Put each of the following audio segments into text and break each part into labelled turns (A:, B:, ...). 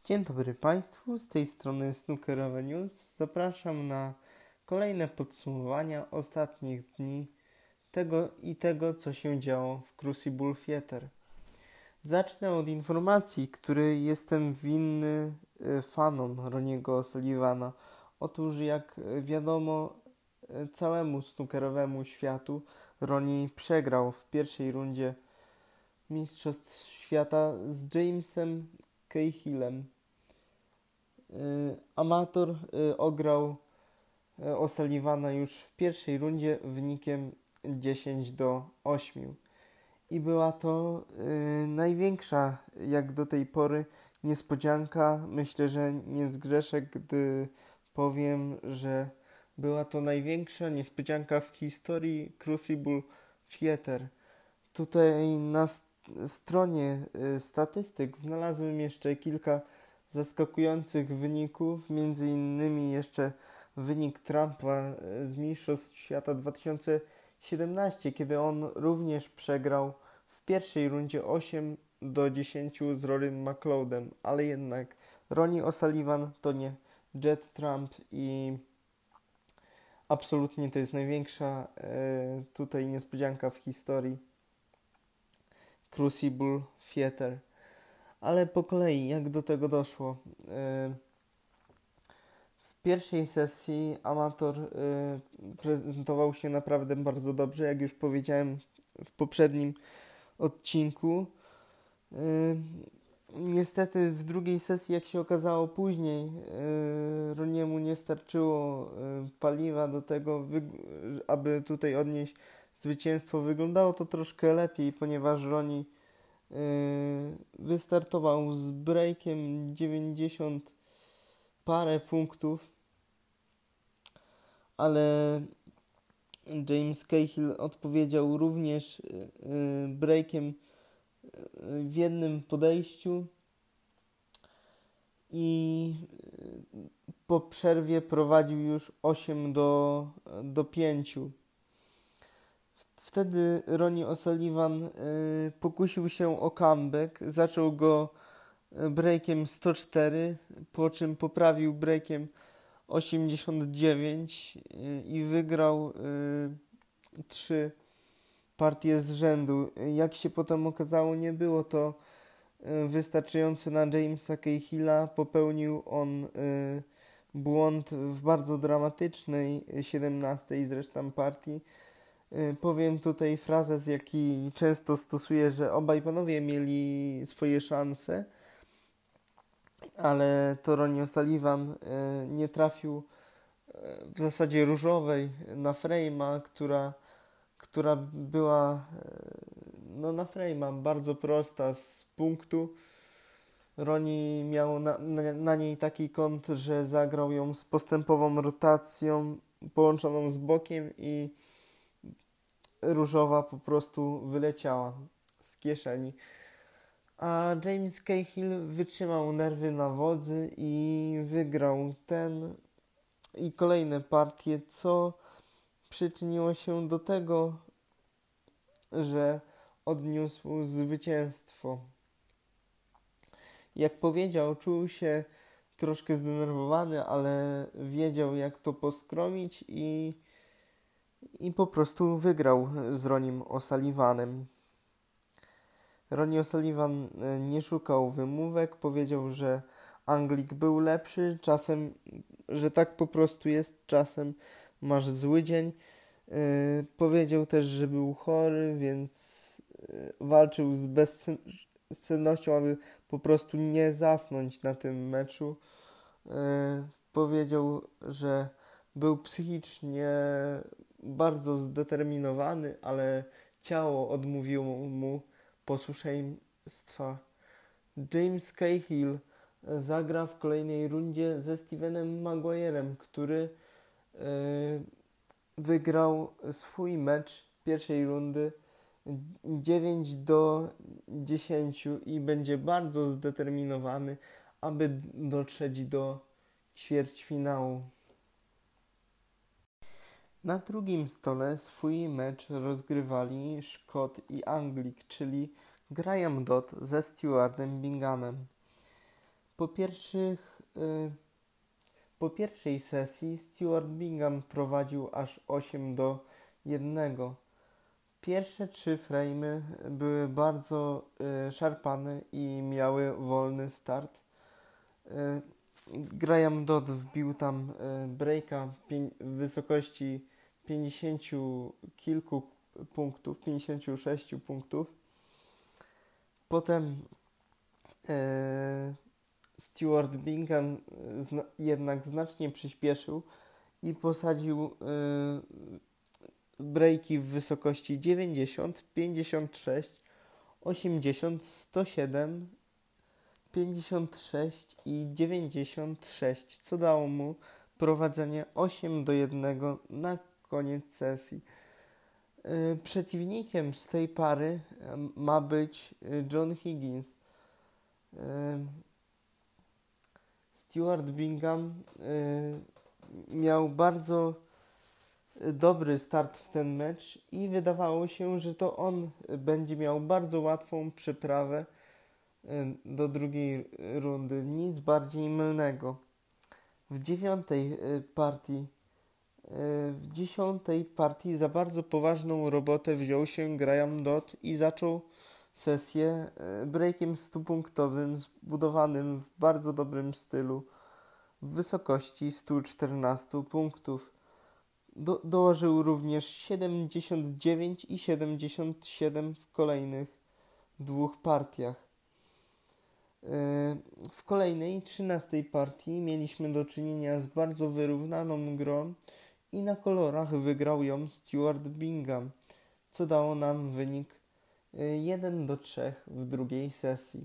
A: Dzień dobry Państwu, z tej strony Snookerowe News. Zapraszam na kolejne podsumowania ostatnich dni tego, co się działo w Crucible Theatre. Zacznę od informacji, której jestem winny fanom Roniego Sullivana. Otóż jak wiadomo całemu snookerowemu światu, Ronnie przegrał w pierwszej rundzie Mistrzostw Świata z Jamesem Cahillem. Amator ograł O'Sullivana już w pierwszej rundzie wynikiem 10-8 i była to największa jak do tej pory niespodzianka. Myślę, że nie zgrzeszę, gdy powiem, że była to największa niespodzianka w historii Crucible Theatre. Tutaj na stronie statystyk znalazłem jeszcze kilka zaskakujących wyników, między innymi jeszcze wynik Trumpa z Mistrzostw Świata 2017, kiedy on również przegrał w pierwszej rundzie 8-10 z Rorym McLeodem, ale jednak Ronnie O'Sullivan to nie Judd Trump i absolutnie to jest największa tutaj niespodzianka w historii Crucible Theatre. Ale po kolei, jak do tego doszło? W pierwszej sesji Amator prezentował się naprawdę bardzo dobrze, jak już powiedziałem w poprzednim odcinku. Niestety w drugiej sesji, jak się okazało później, Roniemu nie starczyło paliwa do tego, aby tutaj odnieść zwycięstwo. Wyglądało to troszkę lepiej, ponieważ Ronnie wystartował z breakiem 90 parę punktów, ale James Cahill odpowiedział również breakiem w jednym podejściu i po przerwie prowadził już 8-5. Wtedy Ronnie O'Sullivan pokusił się o comeback, zaczął go breakiem 104, po czym poprawił breakiem 89 i wygrał 3 partie z rzędu. Jak się potem okazało, nie było to wystarczające na Jamesa Cahilla. Popełnił on błąd w bardzo dramatycznej 17 zresztą partii. Powiem tutaj frazes, jaki często stosuję, że obaj panowie mieli swoje szanse, ale to Ronnie O'Sullivan nie trafił w zasadzie różowej na frame'a, która była na frame'a bardzo prosta z punktu. Ronnie miał na niej taki kąt, że zagrał ją z postępową rotacją połączoną z bokiem i różowa po prostu wyleciała z kieszeni. A James Cahill wytrzymał nerwy na wodzy i wygrał ten i kolejne partie, co przyczyniło się do tego, że odniósł zwycięstwo. Jak powiedział, czuł się troszkę zdenerwowany, ale wiedział, jak to poskromić i po prostu wygrał z Roniem O'Sullivanem. Ronnie O'Sullivan nie szukał wymówek, powiedział, że Anglik był lepszy, czasem, że tak po prostu jest, czasem masz zły dzień. Powiedział też, że był chory, więc walczył z bezsennością, aby po prostu nie zasnąć na tym meczu. Powiedział, że był psychicznie bardzo zdeterminowany, ale ciało odmówiło mu posłuszeństwa. James Cahill zagra w kolejnej rundzie ze Stevenem Maguirem, który wygrał swój mecz pierwszej rundy 9-10 i będzie bardzo zdeterminowany, aby dotrzeć do ćwierćfinału. Na drugim stole swój mecz rozgrywali Szkot i Anglik, czyli Graham Dodd ze Stuartem Binghamem. Po po pierwszej sesji Stewart Bingham prowadził aż 8-1. Pierwsze 3 frame'y były bardzo szarpane i miały wolny start. Graham Dodd wbił tam breaka w wysokości 50 kilku punktów, 56 punktów. Potem Stewart Bingham jednak znacznie przyspieszył i posadził breaki w wysokości 90, 56, 80, 107, 56 i 96, co dało mu prowadzenie 8-1 na koniec sesji. Przeciwnikiem z tej pary ma być John Higgins. Stewart Bingham miał bardzo dobry start w ten mecz i wydawało się, że to on będzie miał bardzo łatwą przeprawę do drugiej rundy. Nic bardziej mylnego. W 10. partii za bardzo poważną robotę wziął się Graham Dodd i zaczął sesję breakiem 100-punktowym zbudowanym w bardzo dobrym stylu w wysokości 114 punktów. Dołożył również 79 i 77 w kolejnych 2 partiach. W kolejnej 13 partii mieliśmy do czynienia z bardzo wyrównaną grą i na kolorach wygrał ją Stewart Bingham, co dało nam wynik 1-3 w drugiej sesji.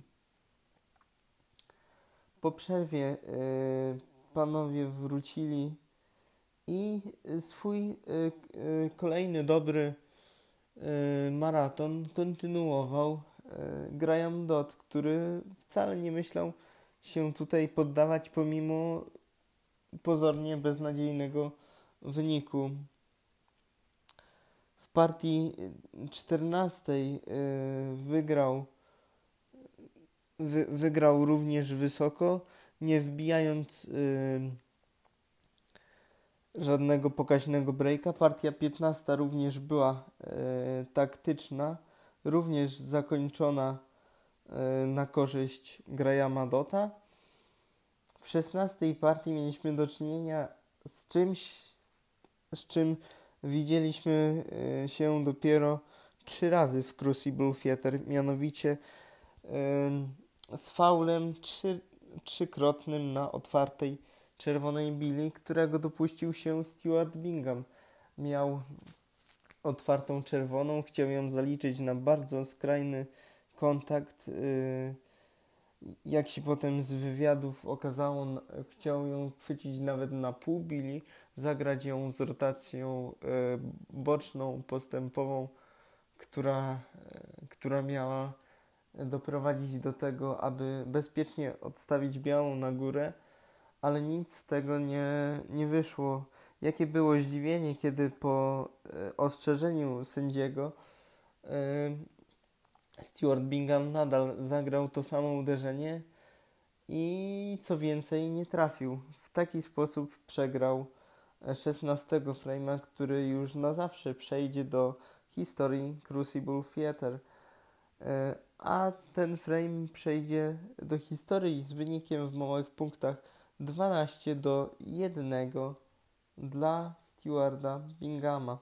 A: Po przerwie panowie wrócili i swój kolejny dobry maraton kontynuował Graham Dodd, który wcale nie myślał się tutaj poddawać pomimo pozornie beznadziejnego wyniku. W partii 14 wygrał również wysoko, nie wbijając żadnego pokaźnego breaka. Partia 15 również była taktyczna, również zakończona na korzyść Grahama Dodda. W 16 partii mieliśmy do czynienia z czymś, z czym widzieliśmy się dopiero 3 razy w Crucible Theatre, mianowicie z faulem trzykrotnym na otwartej czerwonej bili, którego dopuścił się Stewart Bingham. Miał otwartą czerwoną, chciał ją zaliczyć na bardzo skrajny kontakt. Jak się potem z wywiadów okazało, chciał ją chwycić nawet na pół bili, zagrać ją z rotacją boczną, postępową, która miała doprowadzić do tego, aby bezpiecznie odstawić białą na górę, ale nic z tego nie wyszło. Jakie było zdziwienie, kiedy po ostrzeżeniu sędziego Stewart Bingham nadal zagrał to samo uderzenie i co więcej nie trafił. W taki sposób przegrał 16 frame'a, który już na zawsze przejdzie do historii Crucible Theatre. A ten frame przejdzie do historii z wynikiem w małych punktach 12-1 dla Stewarta Binghama.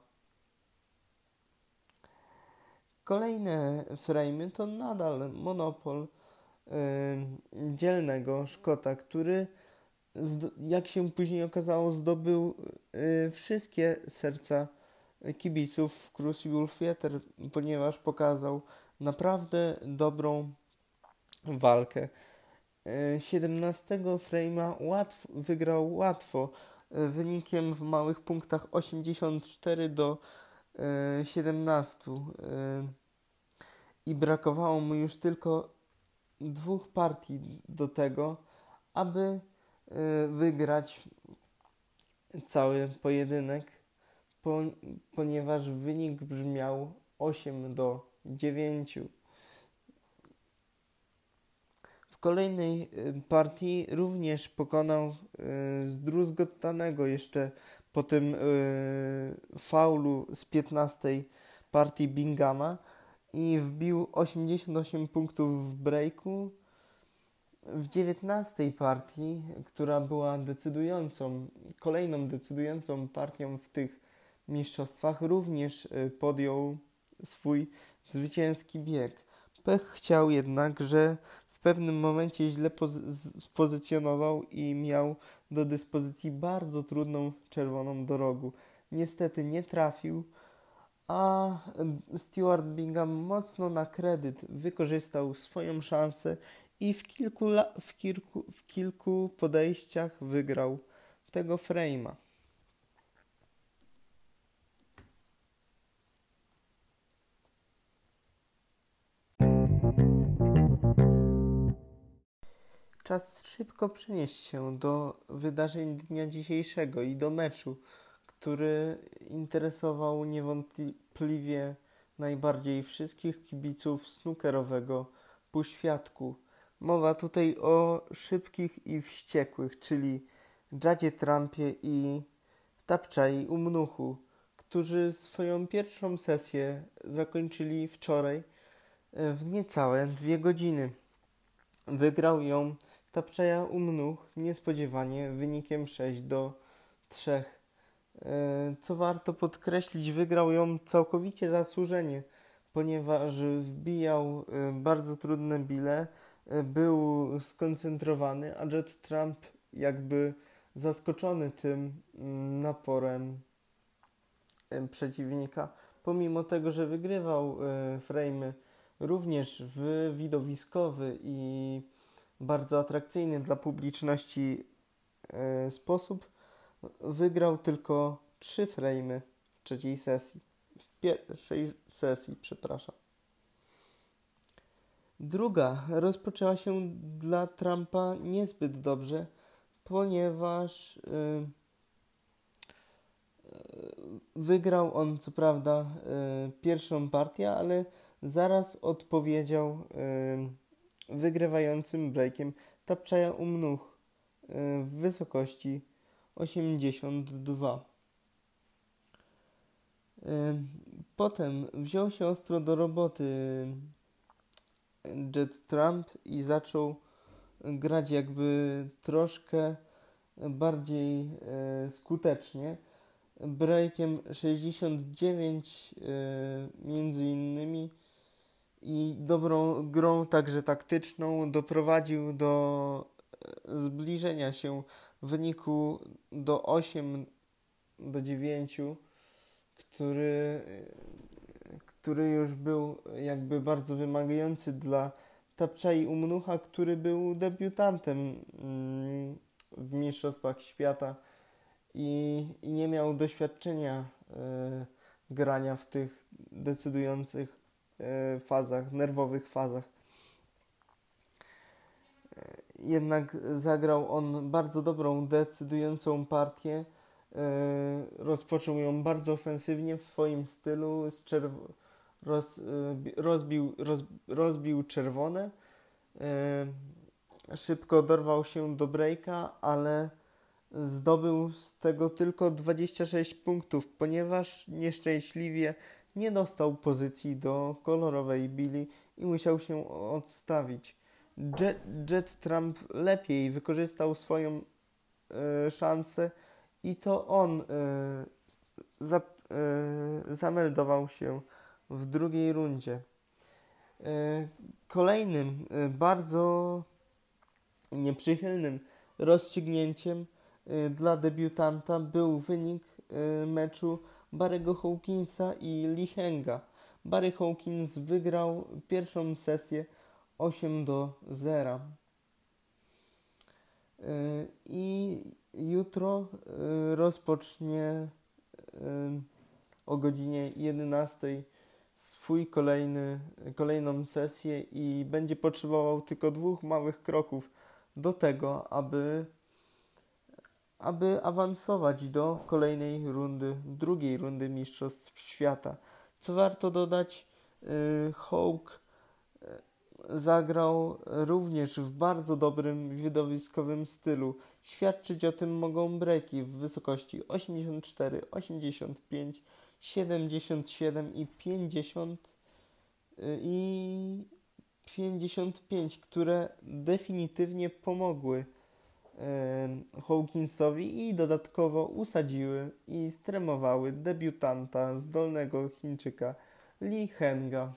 A: Kolejne frame'y to nadal monopol dzielnego Szkota, który, jak się później okazało, zdobył wszystkie serca kibiców w Crucible Theatre, ponieważ pokazał naprawdę dobrą walkę. 17 frame'a wygrał łatwo, wynikiem w małych punktach 84-17 i brakowało mu już tylko 2 partii do tego, aby wygrać cały pojedynek, ponieważ wynik brzmiał 8-9. W kolejnej partii również pokonał zdruzgotanego jeszcze po tym faulu z 15 partii Binghama i wbił 88 punktów w breaku. W 19 partii, która była kolejną decydującą partią w tych mistrzostwach, również podjął swój zwycięski bieg. Pech chciał jednak, że w pewnym momencie źle spozycjonował i miał do dyspozycji bardzo trudną czerwoną do rogu. Niestety nie trafił, a Stuart Bingham mocno na kredyt wykorzystał swoją szansę i w kilku podejściach wygrał tego frame'a. Czas szybko przenieść się do wydarzeń dnia dzisiejszego i do meczu, który interesował niewątpliwie najbardziej wszystkich kibiców snookerowego półświatku. Mowa tutaj o szybkich i wściekłych, czyli Juddzie Trumpie i Thapchai Umnuchu, którzy swoją pierwszą sesję zakończyli wczoraj w niecałe 2 godziny. Wygrał ją Thapchai Umnuch niespodziewanie wynikiem 6-3. Co warto podkreślić, wygrał ją całkowicie zasłużenie, ponieważ wbijał bardzo trudne bile, był skoncentrowany, a Judd Trump jakby zaskoczony tym naporem przeciwnika, pomimo tego, że wygrywał frame'y również w widowiskowy i bardzo atrakcyjny dla publiczności sposób, wygrał tylko 3 frame'y w trzeciej sesji. W pierwszej sesji, przepraszam. Druga rozpoczęła się dla Trumpa niezbyt dobrze, ponieważ wygrał on co prawda pierwszą partię, ale zaraz odpowiedział wygrywającym breakiem Thapchai Umnuch w wysokości 82. Potem wziął się ostro do roboty Judd Trump i zaczął grać jakby troszkę bardziej skutecznie. Breakiem 69 między innymi i dobrą grą także taktyczną doprowadził do zbliżenia się w wyniku do 8-9, który już był jakby bardzo wymagający dla Thapchai Umnucha, który był debiutantem w Mistrzostwach Świata i nie miał doświadczenia grania w tych decydujących fazach, nerwowych fazach. Jednak zagrał on bardzo dobrą, decydującą partię. Rozpoczął ją bardzo ofensywnie w swoim stylu, rozbił czerwone, szybko dorwał się do breaka, ale zdobył z tego tylko 26 punktów, ponieważ nieszczęśliwie nie dostał pozycji do kolorowej bili i musiał się odstawić. Judd Trump lepiej wykorzystał swoją szansę i to on zameldował się w drugiej rundzie. Kolejnym bardzo nieprzychylnym rozstrzygnięciem dla debiutanta był wynik meczu Barry'ego Hawkinsa i Lee Henga. Barry Hawkins wygrał pierwszą sesję 8-0. I jutro rozpocznie o godzinie 11 kolejną sesję i będzie potrzebował tylko 2 małych kroków do tego, aby awansować do kolejnej rundy, drugiej rundy Mistrzostw Świata. Co warto dodać, Hawk zagrał również w bardzo dobrym, widowiskowym stylu. Świadczyć o tym mogą breaki w wysokości 84, 85, 77 i 50 i 55, które definitywnie pomogły Hawkinsowi i dodatkowo usadziły i stremowały debiutanta zdolnego Chińczyka Li Henga.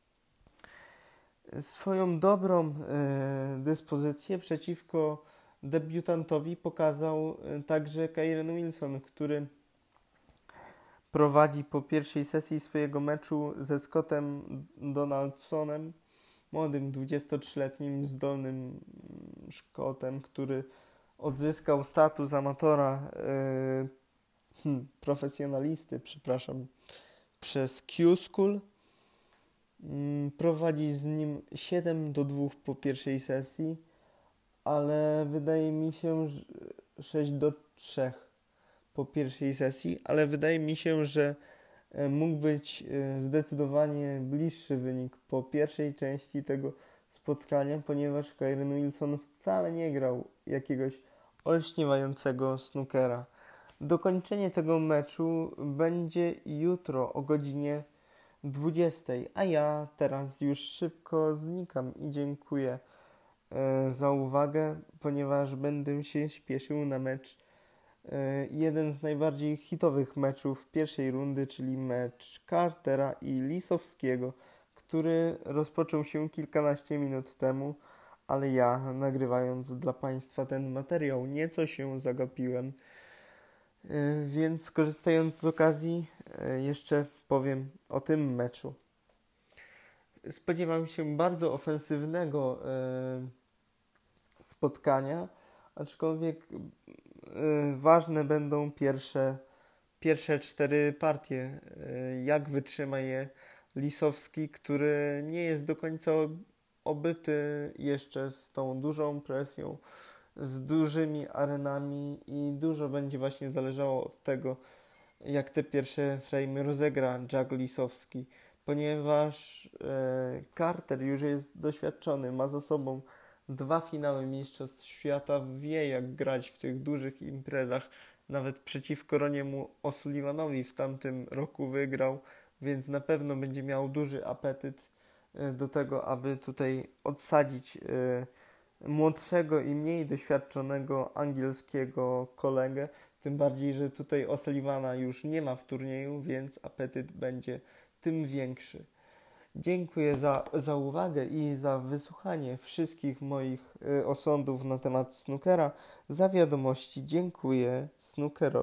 A: Swoją dobrą dyspozycję przeciwko debiutantowi pokazał także Kyren Wilson, który prowadzi po pierwszej sesji swojego meczu ze Scottem Donaldsonem, młodym 23-letnim zdolnym Szkotem, który odzyskał status amatora profesjonalisty, przez Q-School. Prowadzi z nim 7-2 po pierwszej sesji, ale wydaje mi się, że 6-3 po pierwszej sesji, ale wydaje mi się, że mógł być zdecydowanie bliższy wynik po pierwszej części tego spotkania, ponieważ Kyren Wilson wcale nie grał jakiegoś olśniewającego snookera. Dokończenie tego meczu będzie jutro o godzinie 20, a ja teraz już szybko znikam i dziękuję za uwagę, ponieważ będę się śpieszył na mecz, jeden z najbardziej hitowych meczów pierwszej rundy, czyli mecz Cartera i Lisowskiego, który rozpoczął się kilkanaście minut temu, ale ja, nagrywając dla Państwa ten materiał, nieco się zagapiłem. Więc korzystając z okazji, jeszcze powiem o tym meczu. Spodziewam się bardzo ofensywnego spotkania, aczkolwiek ważne będą pierwsze 4 partie. Jak wytrzyma je Lisowski, który nie jest do końca obyty jeszcze z tą dużą presją, z dużymi arenami i dużo będzie właśnie zależało od tego, jak te pierwsze frame'y rozegra Jack Lisowski, ponieważ Carter już jest doświadczony, ma za sobą 2 finały Mistrzostw Świata, wie jak grać w tych dużych imprezach, nawet przeciwko Roniemu O'Sullivanowi w tamtym roku wygrał, więc na pewno będzie miał duży apetyt do tego, aby tutaj odsadzić młodszego i mniej doświadczonego angielskiego kolegę, tym bardziej, że tutaj O'Sullivana już nie ma w turnieju, więc apetyt będzie tym większy. Dziękuję za uwagę i za wysłuchanie wszystkich moich osądów na temat snookera. Za wiadomości dziękuję snookerowi.